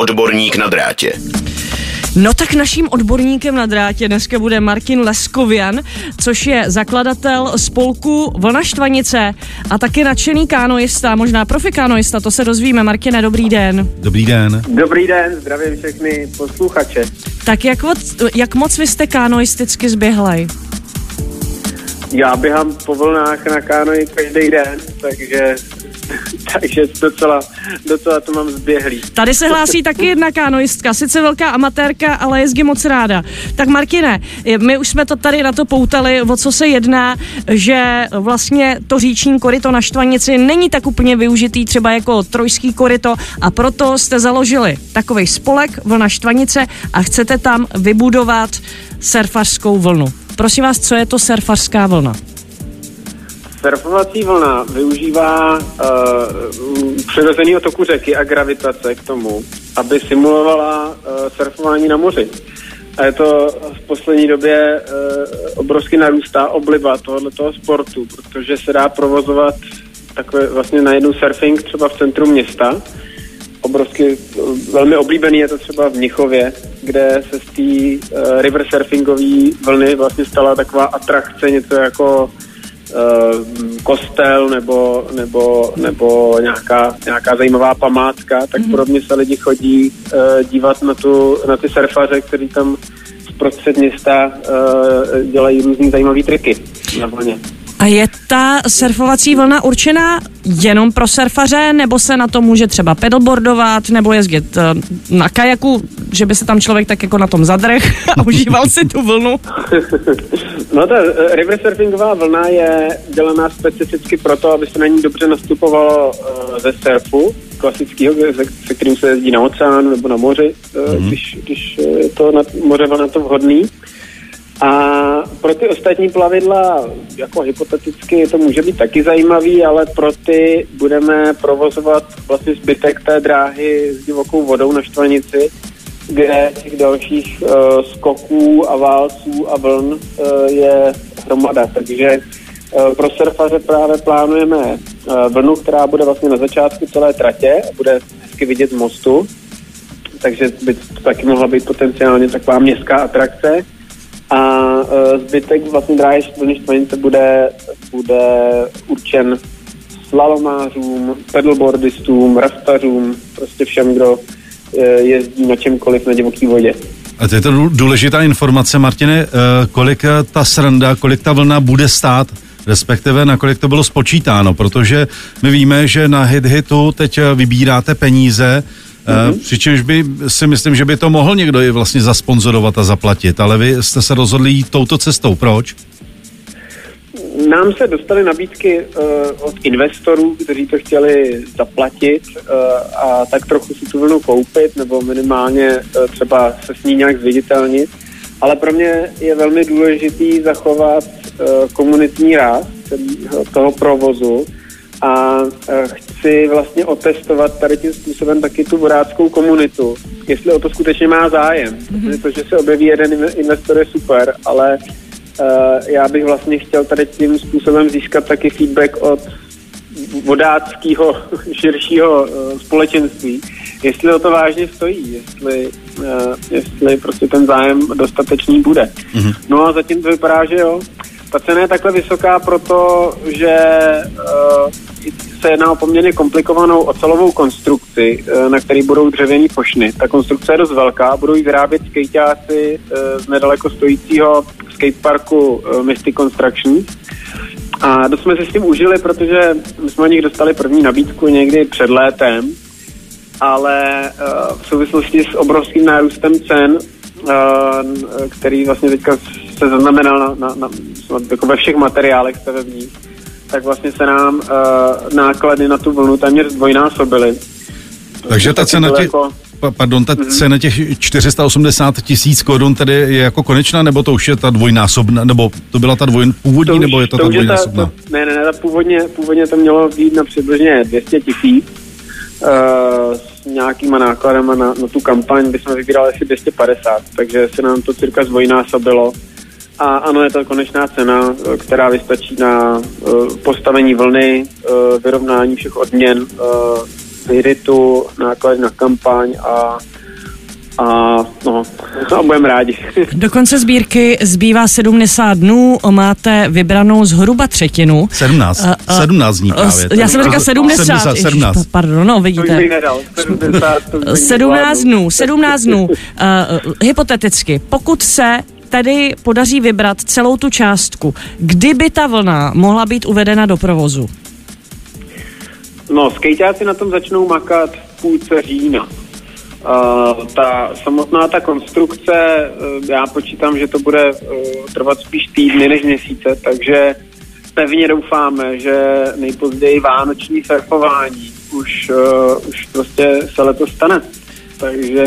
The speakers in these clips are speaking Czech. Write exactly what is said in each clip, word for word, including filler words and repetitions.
Odborník na drátě. No tak naším odborníkem na drátě dneska bude Martin Leskovian, což je zakladatel spolku Vlna Štvanice a taky nadšený kánoista, možná profi kánoista, to se dozvíme. Martine, dobrý den. Dobrý den. Dobrý den, zdravím všechny posluchače. Tak jak, jak moc vy jste kánoisticky zběhlej? Já běhám po vlnách na kánoji každý den, takže... takže docela, docela to mám zběhlý. Tady se hlásí taky jedna kánoistka, sice velká amatérka, ale jezdí moc ráda. Tak Martine, my už jsme to tady na to poutali, o co se jedná, že vlastně to říční koryto na Štvanici není tak úplně využitý třeba jako trojský koryto a proto jste založili takovej spolek Vlna Štvanice a chcete tam vybudovat surfařskou vlnu. Prosím vás, co je to surfařská vlna? Surfovací vlna využívá uh, přirozeného toku řeky a gravitace k tomu, aby simulovala uh, surfování na moři. A je to v poslední době uh, obrovsky narůstá obliba tohoto sportu, protože se dá provozovat takové vlastně najednou surfing třeba v centru města. Obrovsky velmi oblíbený je to třeba v Mnichově, kde se z té uh, river surfingové vlny vlastně stala taková atrakce, něco jako kostel nebo, nebo, nebo nějaká, nějaká zajímavá památka, tak mm-hmm. podobně se lidi chodí uh, dívat na, tu, na ty surfaře, kteří tam zprostřed města uh, dělají různý zajímavý triky na vlně. A je ta surfovací vlna určená jenom pro surfaře, nebo se na to může třeba pedalboardovat, nebo jezdit uh, na kajaku, že by se tam člověk tak jako na tom zadrhl a užíval si tu vlnu? No ta river surfingová vlna je dělaná specificky proto, aby se na ní dobře nastupovalo uh, ze surfu klasického, se, se kterým se jezdí na oceánu nebo na moři, uh, mm-hmm. když, když je to na moře na to vhodný. A pro ty ostatní plavidla, jako hypoteticky, to může být taky zajímavý, ale pro ty budeme provozovat vlastně zbytek té dráhy s divokou vodou na Štvanici, kde těch dalších uh, skoků a válců a vln uh, je hromada. Takže uh, pro surfaře právě plánujeme uh, vlnu, která bude vlastně na začátku celé tratě a bude hezky vidět z mostu, takže by to taky mohla být potenciálně taková městská atrakce. A uh, zbytek vlastně dráhy Vlny Štvanice bude, bude určen slalomářům, pedalboardistům, raftařům, prostě všem, kdo uh, jezdí na čemkoliv na divoké vodě. A to je to důležitá informace, Martine, uh, kolik ta sranda, kolik ta vlna bude stát, respektive na kolik to bylo spočítáno, protože my víme, že na HitHitu teď vybíráte peníze, Mm-hmm. Přičemž by si myslím, že by to mohl někdo i vlastně zasponzorovat a zaplatit, ale vy jste se rozhodli jít touto cestou. Proč? Nám se dostaly nabídky uh, od investorů, kteří to chtěli zaplatit uh, a tak trochu si tu vlnu koupit nebo minimálně uh, třeba se s ní nějak zviditelnit, ale pro mě je velmi důležitý zachovat uh, komunitní ráz toho provozu a chci vlastně otestovat tady tím způsobem taky tu vodáckou komunitu, jestli o to skutečně má zájem. Mm-hmm. To, že se objeví jeden investor, je super, ale uh, já bych vlastně chtěl tady tím způsobem získat taky feedback od vodáckého širšího uh, společenství, jestli o to vážně stojí, jestli, uh, jestli prostě ten zájem dostatečný bude. Mm-hmm. No a zatím to vypadá, že jo. Ta cena je takhle vysoká, protože uh, se jedná o poměrně komplikovanou ocelovou konstrukci, uh, na který budou dřevěný pošny. Ta konstrukce je dost velká, budou ji vyrábět skejťáci uh, z nedaleko stojícího skateparku uh, Misty Construction. A to jsme si s tím užili, protože my jsme o nich dostali první nabídku někdy před létem, ale uh, v souvislosti s obrovským nárůstem cen, uh, který vlastně teďka se zaznamenal na, na, na, jako ve všech materiálech stavebních, tak vlastně se nám uh, náklady na tu vlnu téměř zdvojnásobily. Takže ta cena těch, jako... pardon, ta mm-hmm. cena těch čtyři sta osmdesát tisíc korun tady je jako konečná, nebo to už je ta dvojnásobná, nebo to byla ta dvoj, původní, to už, nebo je to, to ta dvojnásobná? Ta, to, ne, ne, ne, ta původně, původně to mělo být na přibližně dvě stě tisíc. Uh, s nějakýma nákladama na, na tu kampaň bychom vybírali asi dvě stě padesát, takže se nám to cirka zdvojnásobilo. A ano, je to konečná cena, která vystačí na uh, postavení vlny, uh, vyrovnání všech odměn, uh, spiritu, náklady na kampaň a a no, a budeme rádi. Do konce sbírky zbývá sedmdesát dnů, máte vybranou zhruba třetinu. sedmnáct, uh, uh, sedmnáct dní právě. Já jsem říkal sedmdesát. sedmdesát, sedmnáct. Ježiš, pardon, no vidíte. sedmnáct dnů, sedmnáct dnů. Uh, hypoteticky, pokud se tady podaří vybrat celou tu částku, kdyby ta vlna mohla být uvedena do provozu? No, skejťáci na tom začnou makat v půlce října. Uh, ta samotná ta konstrukce, uh, já počítám, že to bude uh, trvat spíš týdny než měsíce, takže pevně doufáme, že nejpozději vánoční surfování už, uh, už prostě se letos stane. Takže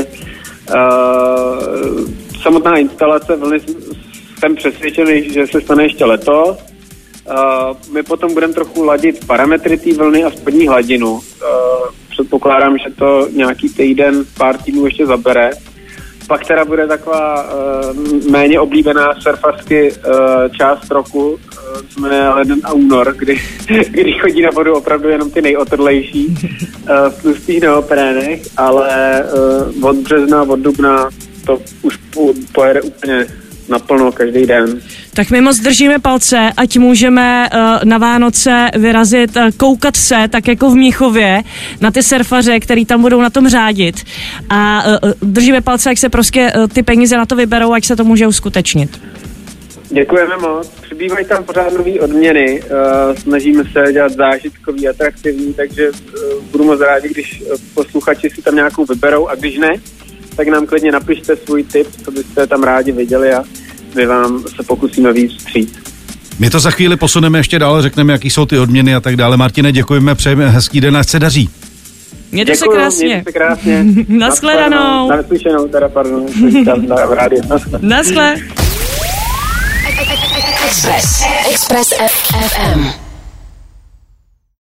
uh, samotná instalace vlny jsem přesvědčený, že se stane ještě letos. Uh, my potom budeme trochu ladit parametry té vlny a spodní hladinu. Uh, předpokládám, že to nějaký týden, pár týdnů ještě zabere. Pak teda bude taková uh, méně oblíbená surfařsky uh, část roku, uh, to jmenuje leden a únor, kdy, kdy chodí na vodu opravdu jenom ty nejotrlejší uh, v tlustých neoprénech, ale uh, od března, od dubna to už pojede úplně naplno každý den. Tak my moc držíme palce, ať můžeme uh, na Vánoce vyrazit, uh, koukat se, tak jako v Mnichově, na ty surfaře, který tam budou na tom řádit. A uh, držíme palce, jak se prostě uh, ty peníze na to vyberou, ať se to může uskutečnit. Děkujeme moc. Přibývají tam pořád nový odměny. Uh, snažíme se dělat zážitkový, atraktivní, takže uh, budu moc rádi, když uh, posluchači si tam nějakou vyberou, a když ne, tak nám klidně napište svůj tip, co byste tam rádi viděli, a my vám se pokusíme víc vstříc. My to za chvíli posuneme ještě dále, řekneme, jaký jsou ty odměny a tak dále. Martine, děkujeme, přejeme hezký den, ať se daří. Mějte se krásně. Mějte se krásně. Naschledanou. Na vyslyšenou, teda pardon. Naschle. Express. Express F M.